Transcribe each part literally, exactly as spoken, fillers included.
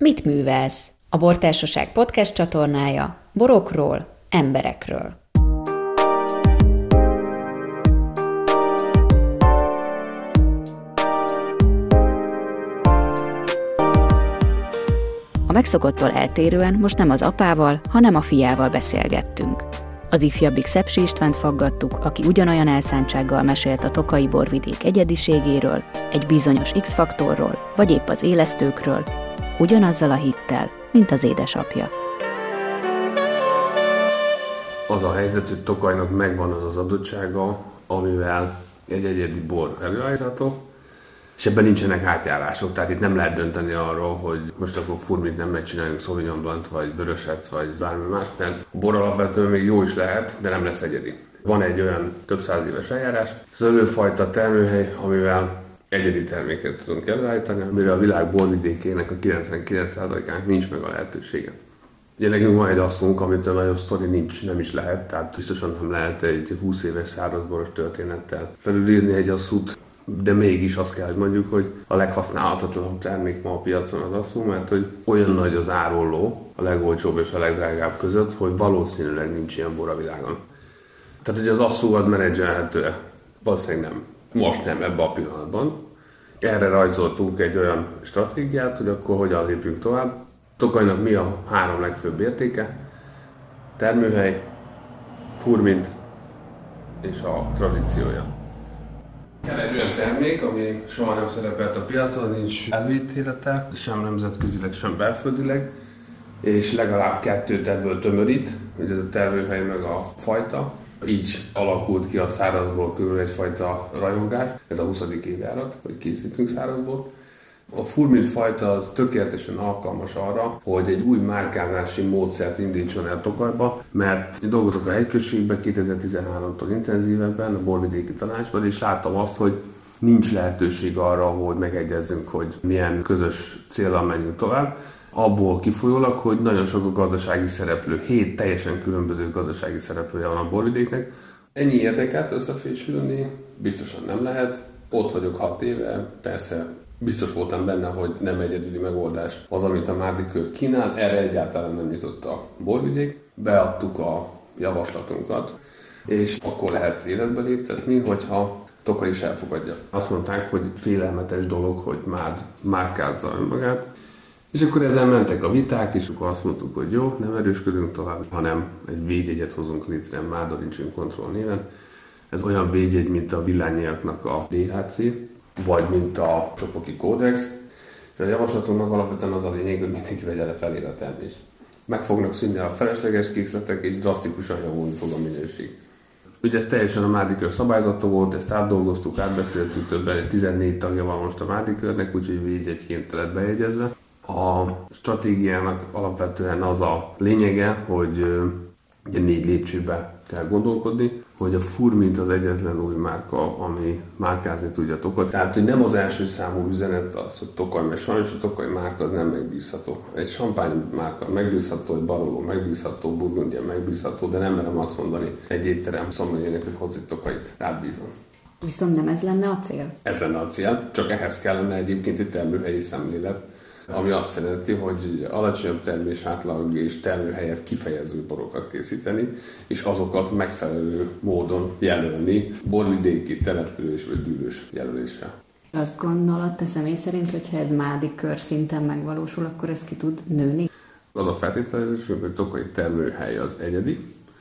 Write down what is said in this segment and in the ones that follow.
Mit művelsz? A Bortársaság podcast csatornája borokról, emberekről. A megszokottól eltérően most nem az apával, hanem a fiával beszélgettünk. Az ifjabbik Szepsi Istvánt faggattuk, aki ugyanolyan elszántsággal mesélt a tokaji borvidék egyediségéről, egy bizonyos X-faktorról, vagy épp az élesztőkről, ugyanazzal a hittel, mint az édesapja. Az a helyzet, hogy Tokajnak megvan az az adottsága, amivel egy egyedi bor előállítható, és ebben nincsenek átjárások, tehát itt nem lehet dönteni arról, hogy most akkor furmit nem megcsináljunk, Sauvignon Blanc, vagy vöröset, vagy bármi más, mert a bor alapvetően még jó is lehet, de nem lesz egyedi. Van egy olyan több száz éves eljárás, szőlőfajta termőhely, amivel egyedi terméket tudunk előállítani, amire a világ borvidékének a kilencvenkilenc százalékának nincs meg a lehetősége. Ugye nekünk van egy asszunk, amitől nagyobb sztori nincs, nem is lehet, tehát biztosan nem lehet egy húsz éves szárazboros történettel felülírni egy asszút, de mégis azt kell, hogy mondjuk, hogy a leghasználhatatlanabb termék ma a piacon az asszú, mert hogy olyan nagy az árolló, a legolcsóbb és a legdrágább között, hogy valószínűleg nincs ilyen bor a világon. Tehát, hogy az asszú az menedzselhető-e? Valószínűleg nem. Most nem, ebben a pillanatban. Erre rajzoltunk egy olyan stratégiát, hogy akkor hogyan lépjünk tovább. Tokajnak mi a három legfőbb értéke? Termőhely, furmint és a tradíciója. Kell egy olyan termék, ami soha nem szerepelt a piacon, nincs elvítélete, sem nemzetközileg, sem belföldileg, és legalább kettőt ebből tömörít, ugye ez a termőhely meg a fajta. Így alakult ki a szárazból körül egyfajta rajongás, ez a huszadik évjárat, hogy készítünk szárazból. A furmint fajta az tökéletesen alkalmas arra, hogy egy új márkázási módszert indítson el Tokajba, mert dolgozok a hegyközségben kétezer-tizenháromtól intenzívebben, a borvidéki tanácsban, és láttam azt, hogy nincs lehetőség arra, hogy megegyezzünk, hogy milyen közös céllal menjünk tovább. Abból kifolyólag, hogy nagyon sok a gazdasági szereplő, hét teljesen különböző gazdasági szereplője van a borvidéknek. Ennyi érdeket összefésülni biztosan nem lehet. Ott vagyok hat éve, persze biztos voltam benne, hogy nem egyedüli megoldás az, amit a Mádikör kínál, erre egyáltalán nem nyitott a borvidék. Beadtuk a javaslatunkat, és akkor lehet életbe léptetni, hogyha Tokaj is elfogadja. Azt mondták, hogy félelmetes dolog, hogy Mád márkázza önmagát, és akkor ezzel mentek a viták, és akkor azt mondtuk, hogy jó, nem erősködünk tovább, hanem egy védjegyet hozunk létre, Mád Origin Control néven. Ez olyan védjegy, mint a villánynyelvnek a dé há cé, vagy mint a Csopoki Kódex. És a javaslatunknak alapvetően az a lényeg, hogy mindenki vegye le felére a termést. Meg fognak szűnni a felesleges készletek, és drasztikusan javulni fog a minőség. Ugye ez teljesen a Mádikör szabályzata volt, ezt átdolgoztuk, átbeszéltük többen, tizennégy tagja van most a Mádikörnek, úgyhogy védjegyként lett bejegyezve. A stratégiának alapvetően az a lényege, hogy ugye négy lépcsőbe kell gondolkodni, hogy a furmint az egyetlen új márka, ami márkázni tudja Tokaj. Tehát, hogy nem az első számú üzenet az, hogy Tokaj, mert sajnos a Tokaj márka az nem megbízható. Egy champagne márka megbízható, egy Barolo megbízható, Burgundia megbízható, de nem merem azt mondani egy étterem szommelyenek, hogy hozzá Tokajt, rábízom. Viszont nem ez lenne a cél? Ez lenne a cél, csak ehhez kellene egyébként egy termőhelyi szemlélet, ami azt jelenti, hogy alacsonyabb termés átlag és termőhelyet kifejező borokat készíteni, és azokat megfelelő módon jelölni borvidéki, település vagy dűlős jelöléssel. Azt gondolod te személy szerint, hogyha ez Mádikör szinten megvalósul, akkor ez ki tud nőni? Az a feltételezésünk, hogy Tokaj termőhely az egyedi,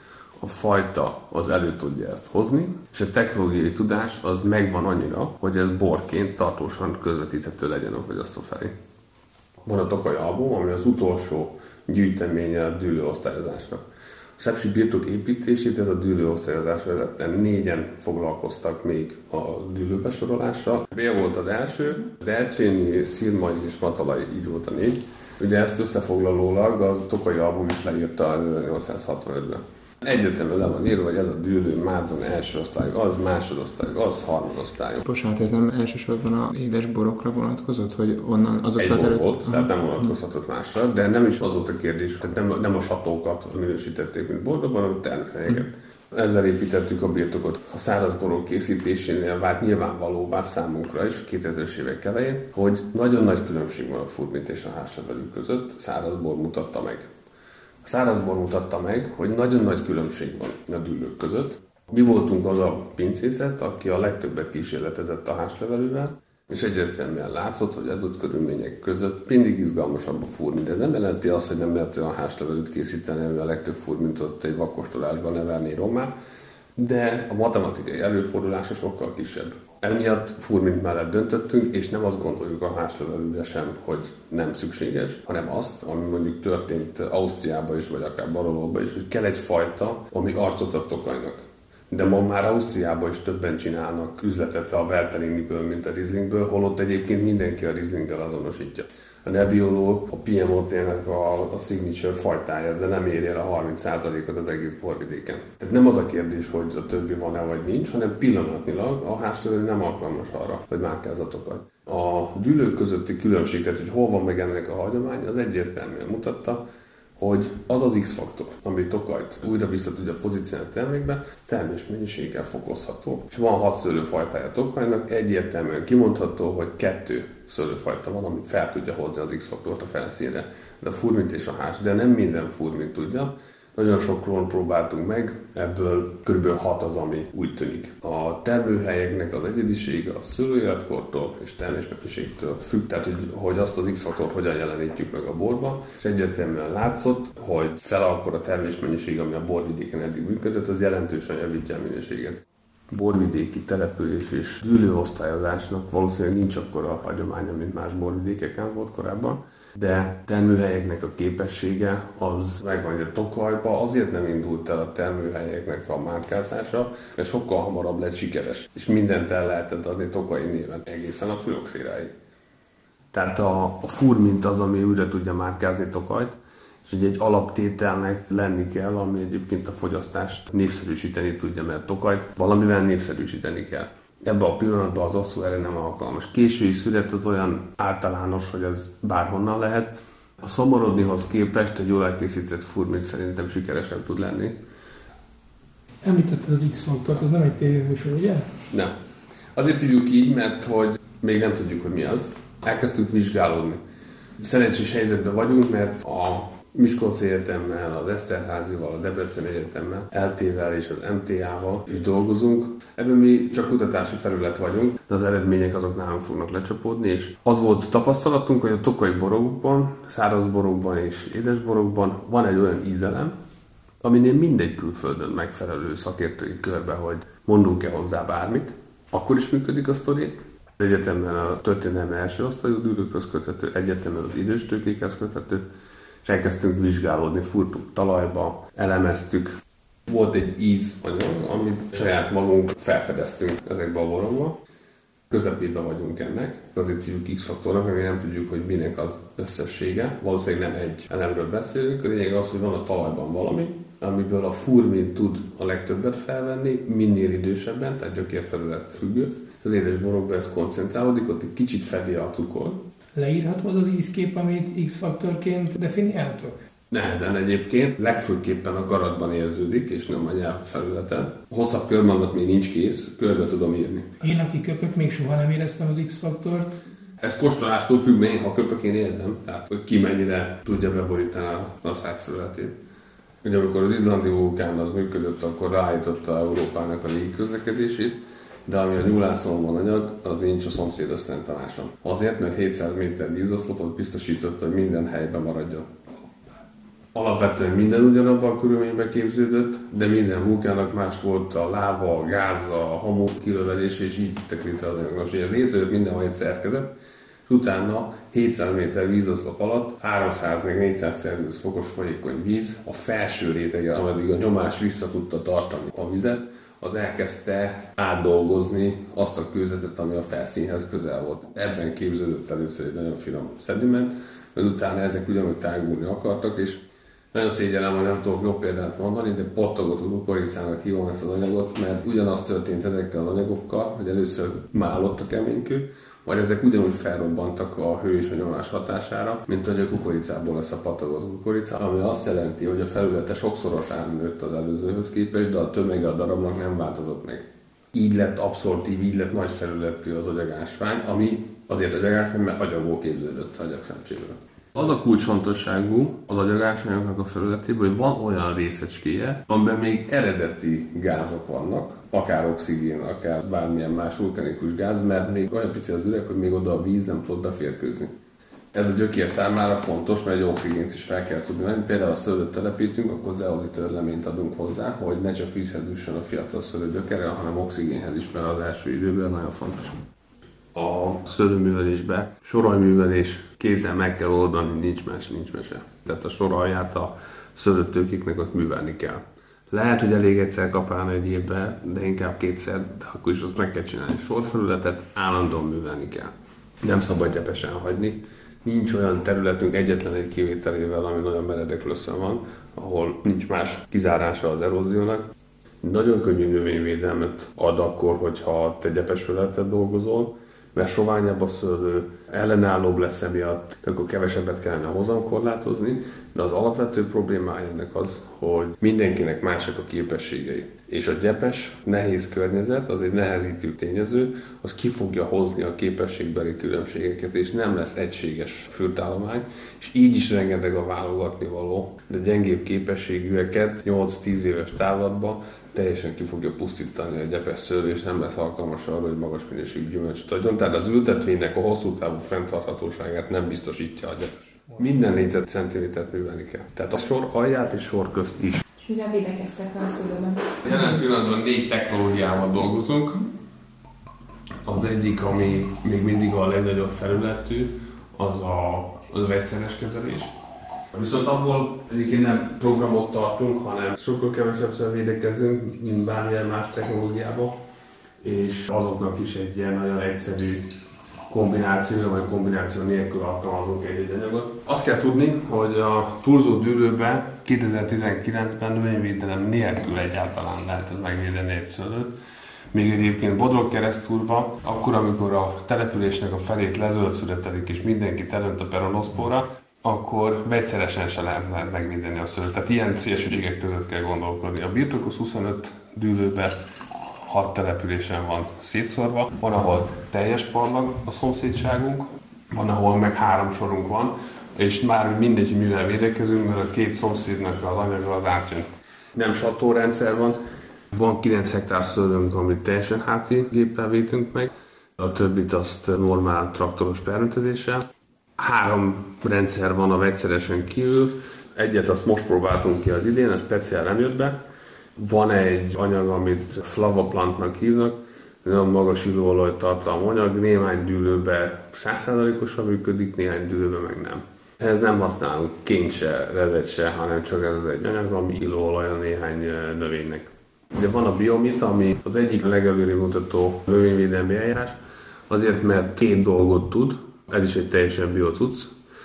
a fajta az elő tudja ezt hozni, és a technológiai tudás az megvan annyira, hogy ez borként tartósan közvetíthető legyen a fogyasztó felé. Van a Tokaj album, ami az utolsó gyűjteménye a dűlőosztályozásnak. A Szepsi birtok építését ez a dűlőosztályozás vezette. Négyen foglalkoztak még a dűlőbesorolással. Bél volt az első, Dercsényi, Szirmai és Matalai, így volt a négy. Ugye ezt összefoglalólag a Tokaj album is leírta ezernyolcszázhatvanötben. Egyetemben le van írva, hogy ez a dűlő Mádon első osztályú, az másodosztályú, az harmadosztályú. Bocsánat, ez nem elsősorban a édes borokra vonatkozott, hogy onnan azokra terület... Egy bor volt, tehát nem vonatkozhatott másra, de nem is az volt a kérdés, tehát nem, nem a satókat minősítették, mint borban, hanem a termőhelyeket. Ezzel építettük a birtokot. A szárazborok készítésénél vált nyilvánvalóvá számunkra is kétezres évek elején, hogy nagyon nagy különbség van a furmint és a házlevelű között, szárazbor mutatta meg. A szárazbor mutatta meg, hogy nagyon nagy különbség van a dűlők között. Mi voltunk az a pincészet, aki a legtöbbet kísérletezett a házlevelűvel, és egyértelműen látszott, hogy adott körülmények között mindig izgalmasabb a furmint. Ez nem jelenti azt, hogy nem lehet olyan házlevelűt készíteni, ami a legtöbb furmintot egy vakkostolásban nevelné rommá, de a matematikai előfordulása sokkal kisebb. Emiatt furmint mellett döntöttünk, és nem azt gondoljuk a házlevelűre sem, hogy nem szükséges, hanem azt, ami mondjuk történt Ausztriában is, vagy akár Barolóban is, hogy kell egy fajta, ami arcot ad Tokajnak. De ma már Ausztriában is többen csinálnak üzletet a Velteringből, mint a Rieslingből, holott egyébként mindenki a Rieslinggel azonosítja. A Nebbiolo a Piemontének a, a signature fajtája, de nem éri el a harminc százalékot az egész borvidéken. Tehát nem az a kérdés, hogy a többi van-e vagy nincs, hanem pillanatnyilag a házlevelű nem alkalmas arra, hogy márkázatokat. A dűlők közötti különbség, tehát hogy hol van meg ennek a hagyomány, az egyértelműen mutatta, hogy az az X-faktor, ami Tokajt újra vissza tudja pozícionálni a termékbe, ez termésmennyiséggel fokozható. És van hat szőlőfajtája Tokajnak, egyértelműen kimondható, hogy kettő szőlőfajta van, ami fel tudja hozni az X-faktort a felszínre. De a furmint és a hás, de nem minden furmint tudja. Nagyon sok klón próbáltunk meg, ebből kb. hat az, ami úgy tűnik. A termőhelyeknek az egyedisége a szőlőéletkortól és termésmennyiségtől függ, tehát hogy, hogy azt az X-faktort hogyan jelenítjük meg a borba, és egyértelműen látszott, hogy fel akkor a termésmennyiség, ami a borvidéken eddig működött, az jelentősen javítja a minőséget. Borvidéki település és dűlőosztályozásnak valószínűleg nincs akkora hagyománya, mint más borvidékeken volt korábban, de termőhelyeknek a képessége az megvan, hogy a Tokajba azért nem indult el a termőhelyeknek a márkázása, mert sokkal hamarabb lett sikeres, és mindent el lehetett adni tokai néven, egészen a füloxéráig. Tehát a, a furmint az, ami újra tudja márkázni Tokajt, és ugye egy alaptételnek lenni kell, ami egyébként a fogyasztást népszerűsíteni tudja, mert Tokajt valamivel népszerűsíteni kell. Ebben a pillanatban az asszó erre nem alkalmas. Késői szület az olyan általános, hogy ez bárhonnan lehet. A szomorodnihoz képest egy jól elkészített furmint szerintem sikeresebb tud lenni. Említetted az X-faktort, az nem egy tévéműsor, ugye? Nem. Azért hívjuk így, mert hogy még nem tudjuk, hogy mi az. Elkezdtünk vizsgálódni. Szerencsés helyzetben vagyunk, mert a Miskolci Egyetemmel, az Eszterházival, a Debrecen Egyetemmel, el té-vel és az em té á-val is dolgozunk. Ebben mi csak kutatási felület vagyunk, de az eredmények azok nálunk fognak lecsapódni, és az volt tapasztalatunk, hogy a tokai borokban, száraz borokban és édes borokban van egy olyan ízelem, aminél mindegy külföldön megfelelő szakértői körbe, hogy mondunk-e hozzá bármit, akkor is működik a sztori. Egyetemben a történelmi első osztályú dűlőkhöz köthető, egyetemben az idős tőkékhez köthető, és elkezdtünk vizsgálódni, furtuk talajba, elemeztük. Volt egy ízanyag, amit saját magunk felfedeztünk ezekbe a borokba. Közepében vagyunk ennek, azért hívjuk X-faktornak, mert mi nem tudjuk, hogy minek az összessége. Valószínűleg nem egy elemről beszélünk, a lényeg az, hogy van a talajban valami, amiből a furmin tud a legtöbbet felvenni, minél idősebben, tehát gyökérfelület függő. Az édes borokban ez koncentrálódik, ott egy kicsit fedi a cukor. Leírható az az ízkép, amit X-faktorként definiáltok? Nehezen egyébként, legfőképpen a garatban érződik, és nem a nyelvfelületen. Hosszabb körmondat még nincs kész, körbe tudom írni. Én, aki köpök, még soha nem éreztem az X-faktort. Ez kóstolástól függ, mert én, ha köpök, én érzem, tehát hogy ki mennyire tudja beborítani a szájfelületét. Ugye amikor az izlandi vulkán az működött, akkor ráállította Európának a légiközlekedését, de ami a nyulászon van anyag, az nincs a szomszédos Szent Tamáson. Azért, mert hétszáz méter vízoszlopot biztosította, hogy minden helyben maradjon. Alapvetően minden ugyanabban a körülményben képződött, de minden vulkánnak más volt a láva, a gáz, a hamu kilövelése, és így vittek létre az anyag. Most ugye létrejött mindenhol egy szerkezet, és utána hétszáz méter vízoszlop alatt háromszáz-négyszáz Celsius fokos folyékony víz, a felső rétege, ameddig a nyomás vissza tudta tartani a vizet, az elkezdte átdolgozni azt a kőzetet, ami a felszínhez közel volt. Ebben képződött először egy nagyon finom szediment, mert utána ezek ugyanúgy tágulni akartak, és nagyon szégyellem, hogy nem tudok jobb példát mondani, de pottagot kukoricának hívom ezt az anyagot, mert ugyanaz történt ezekkel az anyagokkal, hogy először málott a keménykő, vagy ezek ugyanúgy felrobbantak a hő és a nyomás hatására, mint hogy a kukoricából lesz a patagolt kukorica, ami azt jelenti, hogy a felülete sokszorosan nőtt az előzőhöz képest, de a tömege a darabnak nem változott meg. Így lett abszortív, így lett nagy felületű az agyagásvány, ami azért agyagásvány, mert agyagból képződött agyagszemcséből. Az a kulcsfontosságú az agyagásványoknak a felületében, hogy van olyan részecskéje, amiben még eredeti gázok vannak, akár oxigén, akár bármilyen más vulkanikus gáz, mert még olyan pici az üreg, hogy még oda a víz nem tud beférkőzni. Ez a gyökér számára fontos, mert egy oxigént is fel kell tudni venni. Például a szőlőt telepítünk, akkor zeoliter leményt adunk hozzá, hogy ne csak vízhez jusson a fiatal szőlő gyökere, hanem oxigénhez is, mert az első időben nagyon fontos. A szőlőművelésben sorajművelés kézzel meg kell oldani, nincs más, nincs mese. Tehát a soralját a szőlőtőkéknek ott művelni kell. Lehet, hogy elég egyszer kapálni egy évben, de inkább kétszer, de akkor is azt meg kell csinálni. Sorfelületet állandóan művelni kell. Nem szabad gyepesen hagyni. Nincs olyan területünk egyetlen egy kivételével, ami nagyon meredek löszön van, ahol nincs más kizárása az eróziónak. Nagyon könnyű növényvédelmet ad akkor, hogyha te gyepes felületet dolgozol, mert soványabb a szőlő, ellenállóbb lesz emiatt, akkor kevesebbet kellene hozamkorlátozni, de az alapvető problémája ennek az, hogy mindenkinek mások a képességei. És a gyepes, nehéz környezet, az egy nehezítő tényező, az ki fogja hozni a képességbeli különbségeket, és nem lesz egységes fürtállomány, és így is rengeteg a válogatni való, de gyengébb képességűeket nyolc-tíz éves távlatban teljesen ki fogja pusztítani a gyepes szőlő, és nem lesz alkalmas arra, hogy magas minőségű gyümölcsöt adjon. Tehát az ültetvénynek a hosszú távú fenntarthatóságát nem biztosítja a gyepes. Minden négyzetcentimétert művelni kell. Tehát a sor alját és sor közt is. És hogyan védekeztek a szőlőben? Jelen pillanatban négy technológiával dolgozunk. Az egyik, ami még mindig a legnagyobb felületű, az a, az a vegyszeres kezelés. Viszont abból egyébként nem programot tartunk, hanem sokkal kevesebbszer védekezünk, mint bármilyen más technológiában, és azoknak is egy ilyen nagyon egyszerű kombináció, vagy kombináció nélkül alkalmazunk egy-egy anyagot. Azt kell tudni, hogy a túlzó dűrőben kétezer-tizenkilencben növényvédelem nélkül egyáltalán lehetett megvédeni egy szőlőt. Még egyébként Bodrog Keresztúrban, akkor, amikor a településnek a felét lezöldszületelik és mindenkit elönt a peronoszpóra, akkor vegyszeresen se lehet megvédeni a szőlőt. Tehát ilyen szélsőségek között kell gondolkodni. A birtokos huszonöt dűlőben hat településen van szétszórva. Van, ahol teljes parlag a szomszédságunk, van, ahol meg három sorunk van, és már mindegy, mivel védekezünk, mert a két szomszédnak az anyaga az átjön. Nem satórendszer van. Van kilenc hektár szőlőnk, amit teljesen háti géppel védünk meg. A többit azt normál traktoros permetezéssel. Három rendszer van a vegyszeresen kívül. Egyet azt most próbáltunk ki az idén, a speciál nem jött be. Van egy anyag, amit flavoplantnak hívnak, nagyon magas illóolaj tartalmú anyag, néhány dűlőben száz százalékosan működik, néhány dűlőben meg nem. Ehhez nem használunk ként se, rezet se, hanem csak ez az egy anyag, ami illóolaj a néhány növénynek. Ugye van a biomit, ami az egyik legelőrébb mutató növényvédelmi eljárás, azért mert két dolgot tud, ez is egy teljesen biocucc,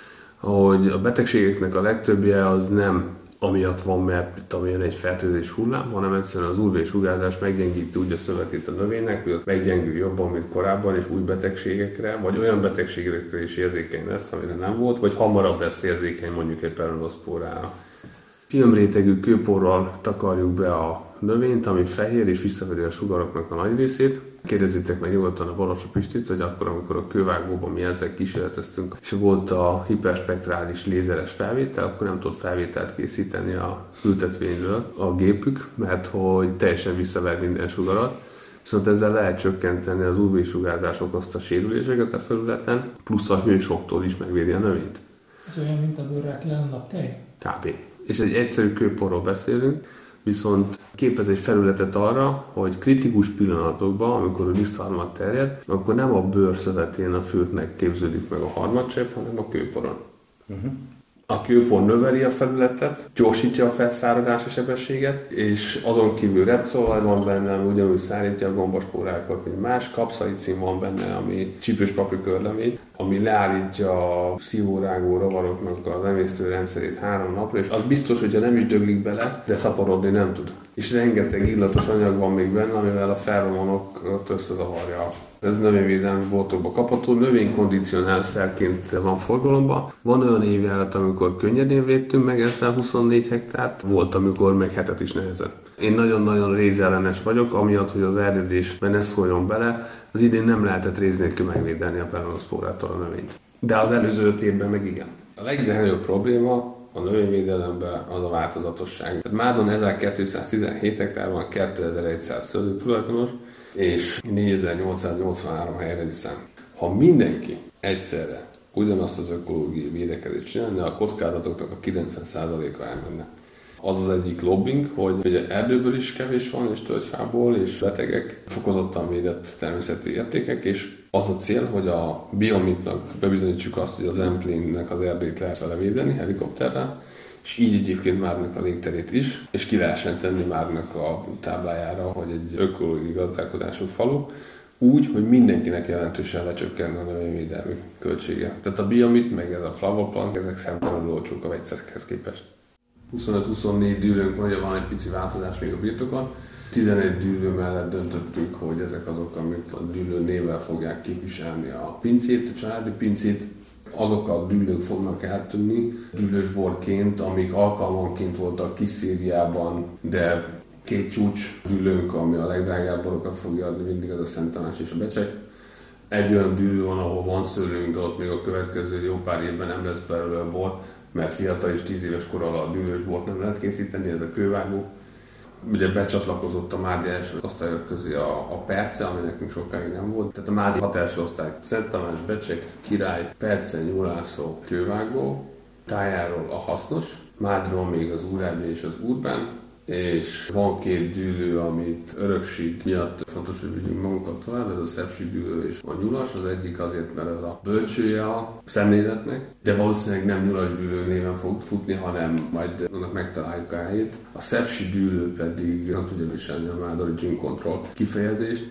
hogy a betegségeknek a legtöbbje az nem amiatt van, mert itt amilyen egy fertőzés hullám, hanem egyszerűen az ú vé-sugárzás meggyengíti úgy a szövetét a növénynek, hogy meggyengül jobban, mint korábban, és új betegségekre, vagy olyan betegségekre is érzékeny lesz, amire nem volt, vagy hamarabb lesz érzékeny mondjuk egy peronoszpórára. Filmrétegű kőporral takarjuk be a növényt, ami fehér és visszaveri a sugaroknak a nagy részét. Kérdezzétek meg nyugodtan a Balassa Pistit, hogy akkor, amikor a kővágóban mi ezzel kísérleteztünk, és volt a hiperspektrális lézeres felvétel, akkor nem tudott felvételt készíteni a ültetvényről a gépük, mert hogy teljesen visszaver minden sugarat. Viszont ezzel lehet csökkenteni az ú vé-sugárzás okozta sérüléseket a felületen, plusz a hősoktól is megvédi a növényt. Ez olyan, mint a bőrrel kilenne naptej? Kb. És egy egyszerű kőporról beszélünk, viszont képez egy felületet arra, hogy kritikus pillanatokban, amikor a lisztharmad terjed, akkor nem a bőr szövetén a fültnek képződik meg a harmadcsepp, hanem a kőporon. Uh-huh. A kőpor növeli a felületet, gyorsítja a felszáradási sebességet, és azon kívül repcolaj van benne, ami ugyanúgy szárítja a gombaspórákat, mint más, kapszaicin van benne, ami csípős paprikörlemény, ami leállítja a szívórágó rovaroknak az emésztőrendszerét három napra, és az biztos, hogyha nem is döglik bele, de szaporodni nem tud. És rengeteg illatos anyag van még benne, amivel a feromanokat összezavarja. Ez növényvédelmi boltokba kapható, növénykondicionálszerként van forgalomban. Van olyan évjárat, amikor könnyedén védtünk meg ezzel huszonnégy hektárt, volt, amikor meg hetet is nehezett. Én nagyon-nagyon rézellenes vagyok, amiatt, hogy az erdődésben ne szóljon bele. Az idén nem lehetett réz nélkül megvédeni a peronoszporától a növényt. De az előző öt évben meg igen. A legnagyobb probléma a növényvédelemben az a változatosság. Tehát Mádon ezerkétszáztizenhét hektár van, kétezer-száz szőlő tulajdonos, és négyezer-nyolcszáznyolcvanhárom helyre viszem. Ha mindenki egyszerre ugyanazt az ökológiai védekezést csinálna, a kockázatoknak a kilencven százaléka elmenne. Az az egyik lobbing, hogy ugye erdőből is kevés van, és tölgyfából, és betegek, fokozottan védett természeti értékek, és az a cél, hogy a biomitnak bebizonyítsuk azt, hogy az Zemplénnek az erdét lehet vele védeni helikopterrel, és így egyébként Mádnak a légterét is, és ki lehessen tenni Mádnak a táblájára, hogy egy ökológiai gazdálkodású falu, úgy, hogy mindenkinek jelentősen lecsökkenne a növényvédelmi költsége. Tehát a biomit, meg ez a flavoplank, ezek szemtelenül olcsók a vegyszerekhez képest. huszonöt-huszonnégy dűlőnk van, van egy pici változás még a birtokon. tizenegy dűlő mellett döntöttünk, hogy ezek azok, amik a dűlő névvel fogják képviselni a pincét, a családi pincét. Azok a dűlők fognak eltűnni dűlős borként, amik alkalmanként voltak Kis-Szíriában, de két csúcs dűlőnk, ami a legdrágább borokat fogja adni, mindig az a Szent Tamás és a Becsek. Egy olyan dűlő van, ahol van szőlőnk, de ott még a következő jó pár évben nem lesz belőle bor, mert fiatal és tíz éves kor alatt dűlős bort nem lehet készíteni, ez a kővágó. Ugye becsatlakozott a Mádi első osztályok közé a, a Perce, ami nekünk sokáig nem volt. Tehát a Mádi hat első osztály, Szent Tamás, Becsek, Király, Perce, Nyulászó, kővágó, tájáról a hasznos, Mádról még az Úrádé és az Urbán, és van két dűlő, amit örökség miatt fontos, hogy vigyünk magunkat tovább, ez a Szepsi dűlő és a Nyulas, az egyik azért, mert ez a bölcsője a szemléletnek, de valószínűleg nem Nyulas dűlő néven fog futni, hanem majd annak megtaláljuk a helyét. A Szepsi dűlő pedig nem tudja viselni a mádori gin control kifejezést,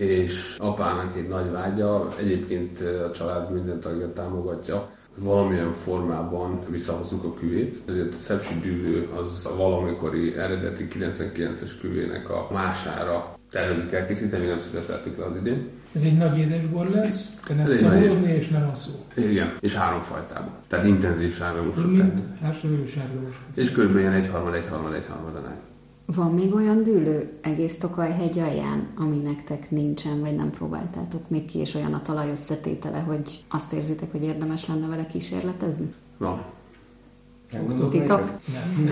és apának egy nagy vágya, egyébként a család minden tagja támogatja, valamilyen formában visszahozzuk a küvét. Ezért a Szepsi dűlő az a valamikori eredeti kilencvenkilences küvének a mására tervezik elkészíteni, nem születették le az idén. Ez egy nagy édesbor lesz, de nem szaporodni és nem aszó. Igen, és három fajtában. Tehát intenzív sárgamos. Mint hársevő sárgamos. És kb. Ilyen egyharmad, egyharmad, egyharmad arány. Van még olyan dűlő egész Tokaj-hegy alján, ami nektek nincsen, vagy nem próbáltátok még ki, és olyan a talaj összetétele, hogy azt érzitek, hogy érdemes lenne vele kísérletezni? Van. Titok? Nem.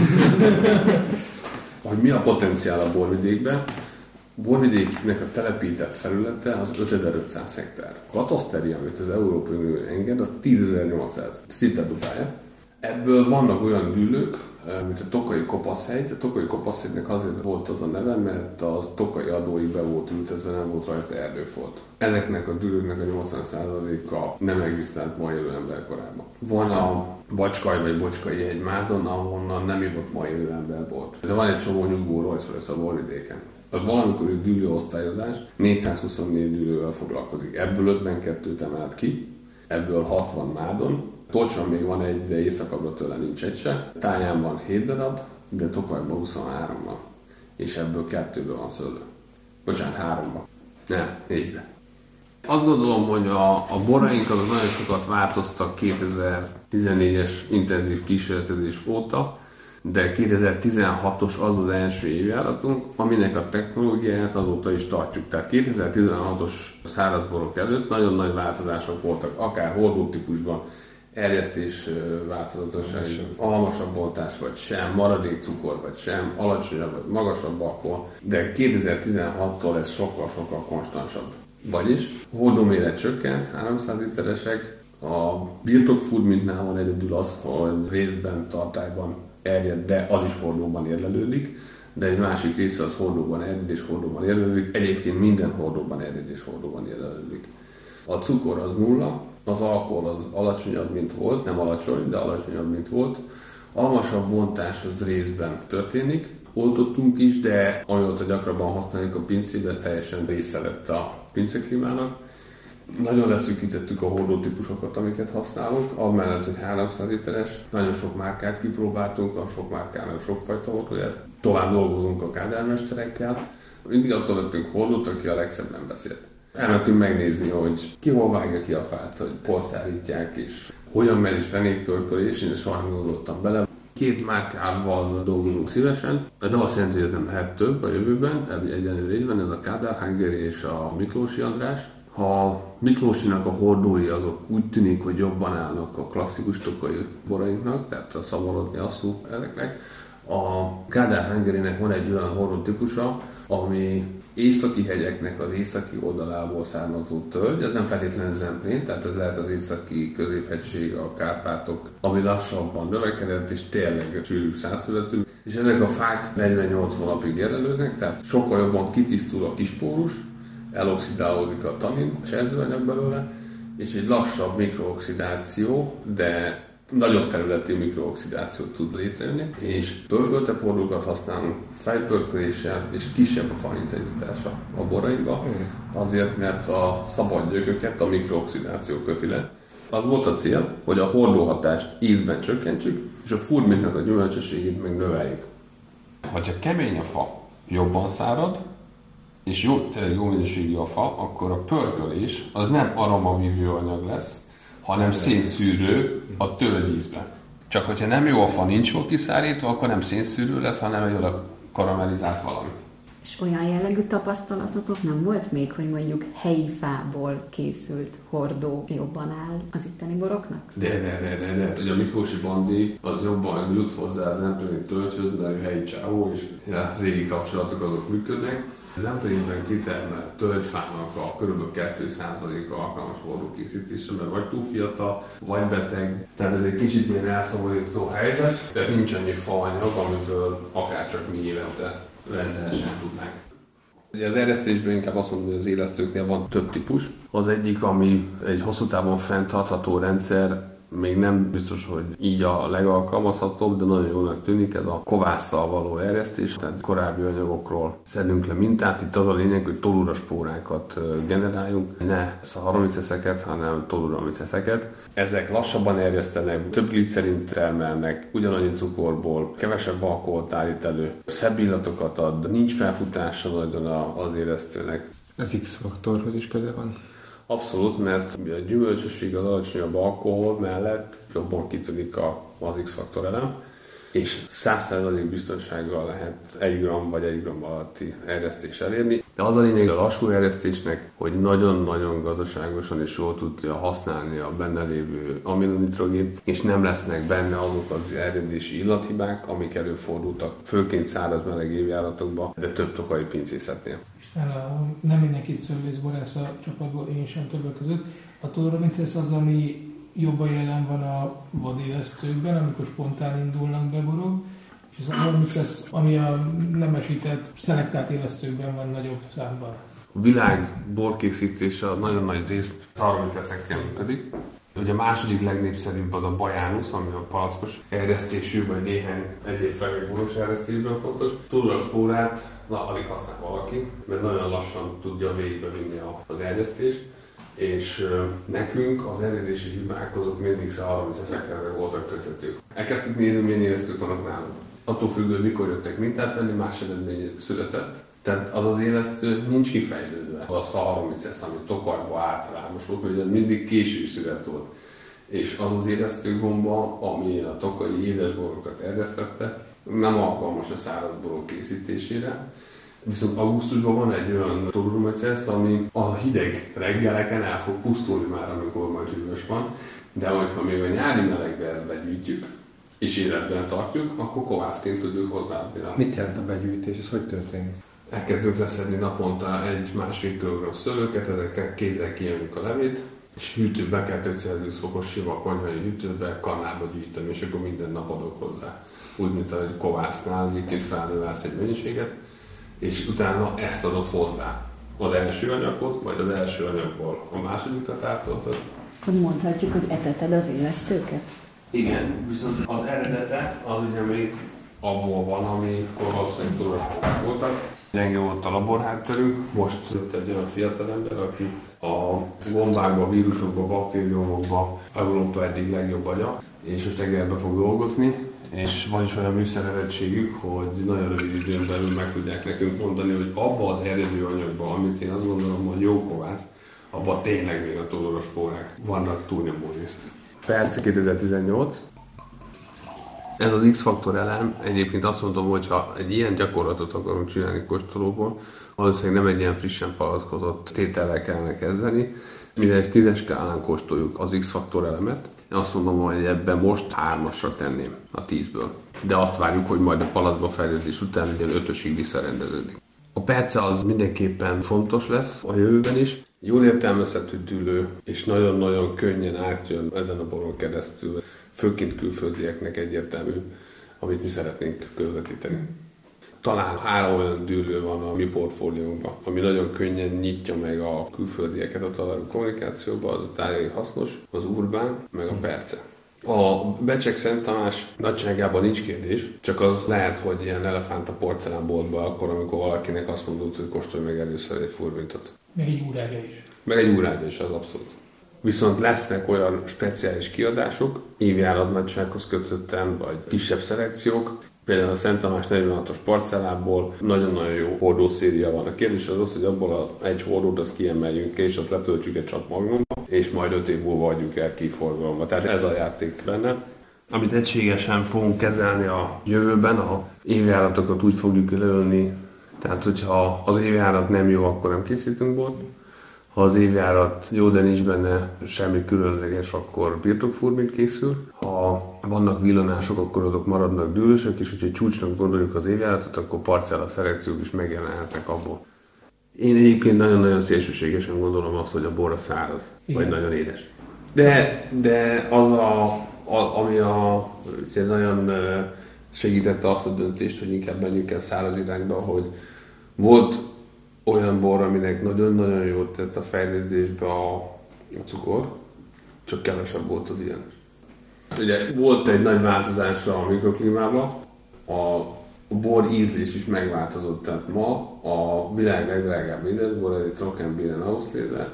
Hogy mi a potenciál a borvidékben? Borvidéknek a telepített felülete az ötezer-ötszáz hektár. A kataszteri, amit az Európai Unió enged, az tízezer-nyolcszáz. Szinte duplája. Ebből vannak olyan dűlők, mint a Tokai Kopaszhegy. A Tokai Kopaszhegynek azért volt az a neve, mert a tokai adói be volt ültetve, nem volt rajta erdőfolt. Ezeknek a dűlőknek a nyolcvan százaléka nem egzisztált ma élő ember korában. Van a Bacskaj vagy Bocskai hegy Mádon, ahonnan nem ívott ma élő ember volt. De van egy csomó nyugvó Rolls-Royce a borvidéken. A valamikori dűlőosztályozás négyszázhuszonnégy dűlővel foglalkozik. Ebből ötvenkettőt emelt ki, ebből hatvan Mádon. Tolcson még van egy, de északabbra tőle nincs egy se. Táján van hét darab, de Tokajban huszonhárom van. És ebből kettőből van szőlő. Bocsánat, háromban. Nem, négyben. Azt gondolom, hogy a, a boraink azok nagyon sokat változtak kétezer-tizennégyes intenzív kísérletezés óta, de kétezer-tizenhatos az az első évjáratunk, aminek a technológiáját azóta is tartjuk. Tehát kétezer-tizenhatos szárazborok előtt nagyon nagy változások voltak, akár hordótípusban, erjesztés változatosság, almasabb boltás vagy sem, maradék cukor vagy sem, alacsonyabb vagy magasabb alkohol, de kétezer-tizenhattól ez sokkal-sokkal konstansabb. Vagyis a hordóméret csökkent, háromszáz literesek, a birtokfood mintnál van egyedül az, hogy részben, tartályban erjed, de az is hordóban érlelődik, de egy másik része az hordóban erjed és hordóban érlelődik, egyébként minden hordóban erjed és hordóban érlelődik. A cukor az nulla, az alkohol az alacsonyabb, mint volt, nem alacsony, de alacsonyabb, mint volt. Almasabb bontás az részben történik, oltottunk is, de amióta gyakrabban használjuk a pincébe, ez teljesen része lett a pinceklímának. Nagyon leszűkítettük a hordótípusokat, amiket használunk, amellett, hogy háromszáz literes, nagyon sok márkát kipróbáltunk, a sok márkának sokfajta hordóját. Tovább dolgozunk a kádármesterekkel. Mindig attól vettünk hordót, aki a legszebben beszélt. Elmentünk megnézni, hogy ki hol vágja ki a fát, hogy hol szállítják, és hogyan megy is fenékpörkölés, én soha nem gondoltam bele. Két márkával dolgozunk szívesen, de azt jelenti, hogy ez nem lehet több a jövőben, egyenlőre így van, ez a Kádár Hungary és a Miklósi András. Ha Miklósinak a hordói azok úgy tűnik, hogy jobban állnak a klasszikus tokai borainknak, tehát a szamarodni asszú ezeknek, a Kádár Hungarynek van egy olyan hordó típusa, ami északi hegyeknek az északi oldalából származó tölgy, ez nem feltétlenül Zemplén, tehát ez lehet az északi középhegység, a Kárpátok, ami lassabban növekedett és tényleg sűrűbb százszövetű. És ezek a fák negyvennyolc hónapig érlelődnek, tehát sokkal jobban kitisztul a kispórus, eloxidálódik a tanin, a cserzőanyag belőle, és egy lassabb mikrooxidáció, de nagyobb felületi mikrooxidációt tud létrejönni, és pörgöltebb hordókat használunk fejpörköléssel, és kisebb a faintenzitása a borainkba, azért, mert a szabad gyököket a mikrooxidáció köti le. Az volt a cél, hogy a hordóhatást ízben csökkentsük, és a furmintnak a gyümölcsösségét meg növeljük. Ha kemény a fa, jobban szárad, és jó, tényleg jó minőségű a fa, akkor a pörkölés az nem aromavívő anyag lesz, hanem szénszűrő a tölgyízbe. Csak hogyha nem jó a fa, nincs jól kiszárítva, akkor nem szénszűrő lesz, hanem egy oda karamellizált valami. És olyan jellegű tapasztalatotok nem volt még, hogy mondjuk helyi fából készült hordó jobban áll az itteni boroknak? De, de, de, de, de. Ugye a Miklósi Bandi az jobban jut hozzá az Zempléni tölgyhöz, mert ő helyi csávó, és ja, régi kapcsolatok azok működnek. Az Zemplénben kitermelt tölgyfának a kb. két százaléka alkalmas hordó készítésre, mert vagy túl fiatal, vagy beteg. Tehát ez egy kicsit ilyen elszomorító helyzet, tehát nincs annyi faanyag, amiből akárcsak mi évente rendszeresen tudnánk. Ugye az erjesztésben inkább azt mondom, hogy az élesztőknél van több típus. Az egyik, ami egy hosszú távon fenntartható rendszer, még nem biztos, hogy így a legalkalmazhatóbb, de nagyon jónak tűnik, ez a kovásszal való erjesztés, tehát korábbi anyagokról szedünk le mintát. Itt az a lényeg, hogy toluraspórákat generáljunk, ne szaharomiceszeket, hanem toluramiceszeket. Ezek lassabban erjesztenek, több glicerint termelnek, ugyanannyi cukorból, kevesebb alkoholt állít elő, szebb illatokat ad, nincs felfutása nagyon az éresztőnek. Ez X-faktorhoz is köze van. Abszolút, mert a gyümölcsösség, az alacsonyabb alkohol mellett jobban kitűnik az X-faktor elem, és száz százalék biztonsággal lehet egy gramm vagy egy gramm alatti erjesztés elérni. De az a lényeg a lassú erjesztésnek, hogy nagyon-nagyon gazdaságosan és jól tudja használni a benne lévő aminonitrogént, és nem lesznek benne azok az erjedési illathibák, amik előfordultak, főként száraz meleg évjáratokban, de több tokai pincészetnél. Isten, nem mindenki szőlészborász a csapatból, én sem többek között. A tolerancesz az, ami jobban jelen van a vadélesztőkben, amikor spontán indulnak be borok, és az aromicesz, ami a nemesített, szelektált élesztőkben van nagyobb számban. A világ borkészítése nagyon nagy részt aromiceszekkel működik. Ugye a második legnépszerűbb az a Bajánus, ami a palackos erjesztésű, vagy néhány egyéb fehér erjesztésben fontos. Toluraspórát na, alig használ valaki, mert nagyon lassan tudja végigbevinni az erjesztést. És nekünk az eredési hibák azok mindig szaharomiceszekre voltak köthetők. Elkezdtük nézni, milyen élesztők vannak nálunk. Attól függő, hogy mikor jöttek mintát venni, más eredmény született. Tehát az az élesztő nincs kifejlődve. A szaharomicesz, ami Tokajba általános volt, hogy ez mindig késő szület volt. És az az élesztőgomba, ami a tokai édesborokat erjesztette, nem alkalmas a száraz borok készítésére. Viszont augusztusban van egy olyan toluromicesz, ami a hideg reggeleken el fog pusztulni már, amikor majd hűvös van, de hogyha még a nyári melegbe ezt begyűjtjük, és életben tartjuk, akkor kovászként tudjuk hozzáadni. Mit jelent a begyűjtés? Ez hogy történik? Elkezdünk leszedni naponta egy-másfél kilogramm szőlőket, ezekkel kézzel kijelöljük a levét, és hűtőbe, kétszáz fokos sima konyhai hűtőbe, kanálba gyűjtöm, és akkor minden nap adok hozzá. Úgy, mint a kovásznál, egyébként felnövelsz egy mennyiséget, és utána ezt adod hozzá az első anyaghoz, majd az első anyagból a másodikat átoltad. Akkor mondhatjuk, hogy eteted az élesztőket? Igen, viszont az eredete az ugye még abból van, amikor valószínűleg toluraspórák voltak. Gyenge volt a laborhátterünk, most jött egy olyan fiatalember, aki A gombákban, vírusokban, baktériumokban Európa eddig legjobb agya, és most tengerbe fog dolgozni, és van is olyan műszerezettségük, hogy nagyon rövid időn belül meg tudják nekünk mondani, hogy abba az eredő anyagban, amit én azt gondolom, hogy jó kovász, abban tényleg még a tolorospórák vannak túlnyomó részt. Perce kétezer-tizennyolc. Ez az X-faktor elem, egyébként azt mondom, hogy ha egy ilyen gyakorlatot akarunk csinálni kóstolóból, valószínűleg nem egy ilyen frissen palackozott tétellel kellene kezdeni. Mire egy tízes skálán kóstoljuk az X-faktor elemet, én azt mondom, hogy ebben most hármasra tenném a tízből. De azt várjuk, hogy majd a palacba fejlődés után egy ilyen ötösig visszarendeződik. A perce az mindenképpen fontos lesz a jövőben is. Jól értelmezhető dűlő, és nagyon-nagyon könnyen átjön ezen a boron keresztül, főként külföldieknek egyértelmű, amit mi szeretnénk közvetíteni. Talán három olyan dűlő van a mi portfóliónkban, ami nagyon könnyen nyitja meg a külföldieket a talajú kommunikációba, az a tájai hasznos, az urbán, meg a perce. A Becsek Szent Tamás nagyságában nincs kérdés, csak az lehet, hogy ilyen elefánt a porcelánboltban akkor, amikor valakinek azt mondod, hogy kóstolj meg először egy furmintot. Meg egy úrágya is. Meg egy úrágya is, az abszolút. Viszont lesznek olyan speciális kiadások, évjárat nagysághoz kötötten, vagy kisebb szelekciók. Például a Szent Tamás negyvenhatos parcellából nagyon-nagyon jó hordószéria van. A kérdés az az, hogy abból a egy hordót azt kiemeljünk és azt letöltsük egy csap magnumba, és majd öt év múlva adjuk el kiforgalomba. Tehát ez a játék benne. Amit egységesen fogunk kezelni a jövőben, a évjáratokat úgy fogjuk lelőni, tehát hogyha az évjárat nem jó, akkor nem készítünk bort. Ha az évjárat jó, de nincs benne semmi különleges, akkor birtokfurmint készül. Ha vannak villanások, akkor azok maradnak dűlősök, és hogyha csúcsnak gondoljuk az évjáratot, akkor parcella szelekciók is megjelenhetnek abból. Én egyébként nagyon-nagyon szélsőségesen gondolom azt, hogy a bor száraz, igen, vagy nagyon édes. De, de az, a, a, ami a, nagyon segítette azt a döntést, hogy inkább menjünk el száraz irányba, hogy volt olyan bor, aminek nagyon-nagyon jót tett a fejlődésbe a, a cukor, csak kevesebb volt az ilyen. Ugye volt egy nagy változás a mikroklímában, a bor ízlés is megváltozott, tehát ma a világ legdrágább édesbor, ez egy Trockenbieren Auslese,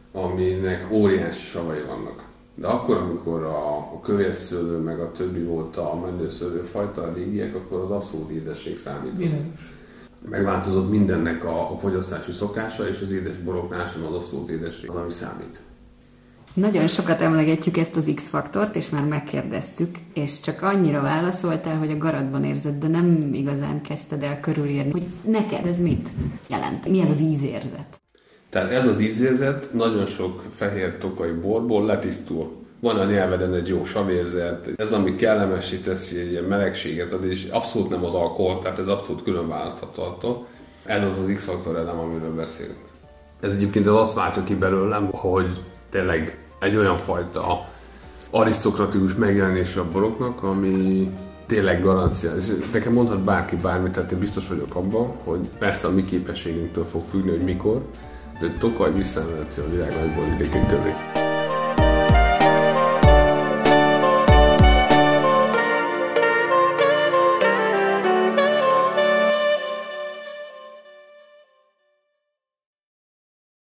aminek óriási savai vannak. De akkor, amikor a, a kövérszőlő meg a többi volt a mennőszőlő fajta, a régiek, akkor az abszolút édesség számított. Világos. Megváltozott mindennek a, a fogyasztási szokása, és az édesboroknál sem az abszolút édesség az, ami számít. Nagyon sokat emlegetjük ezt az X-faktort, és már megkérdeztük, és csak annyira válaszoltál, hogy a garatban érzed, de nem igazán kezdted el körülírni, hogy neked ez mit jelent? Mi ez az ízérzet? Tehát ez az ízérzet nagyon sok fehér tokai borból letisztul. Van a nyelveden egy jó savérzet, ez ami kellemessé teszi, egy ilyen melegséget ad, és abszolút nem az alkohol, tehát ez abszolút külön választható attól. Ez az az X-faktor elem, amiről beszélünk. Ez egyébként az azt váltja ki belőlem, hogy tényleg egy olyan fajta arisztokratikus megjelenésre a boroknak, ami tényleg garancia. És nekem mondhat bárki bármit, tehát én biztos vagyok abban, hogy persze a mi képességünktől fog függni, hogy mikor, de Tokaj visszaemelheti a világ nagy borvidékén közé.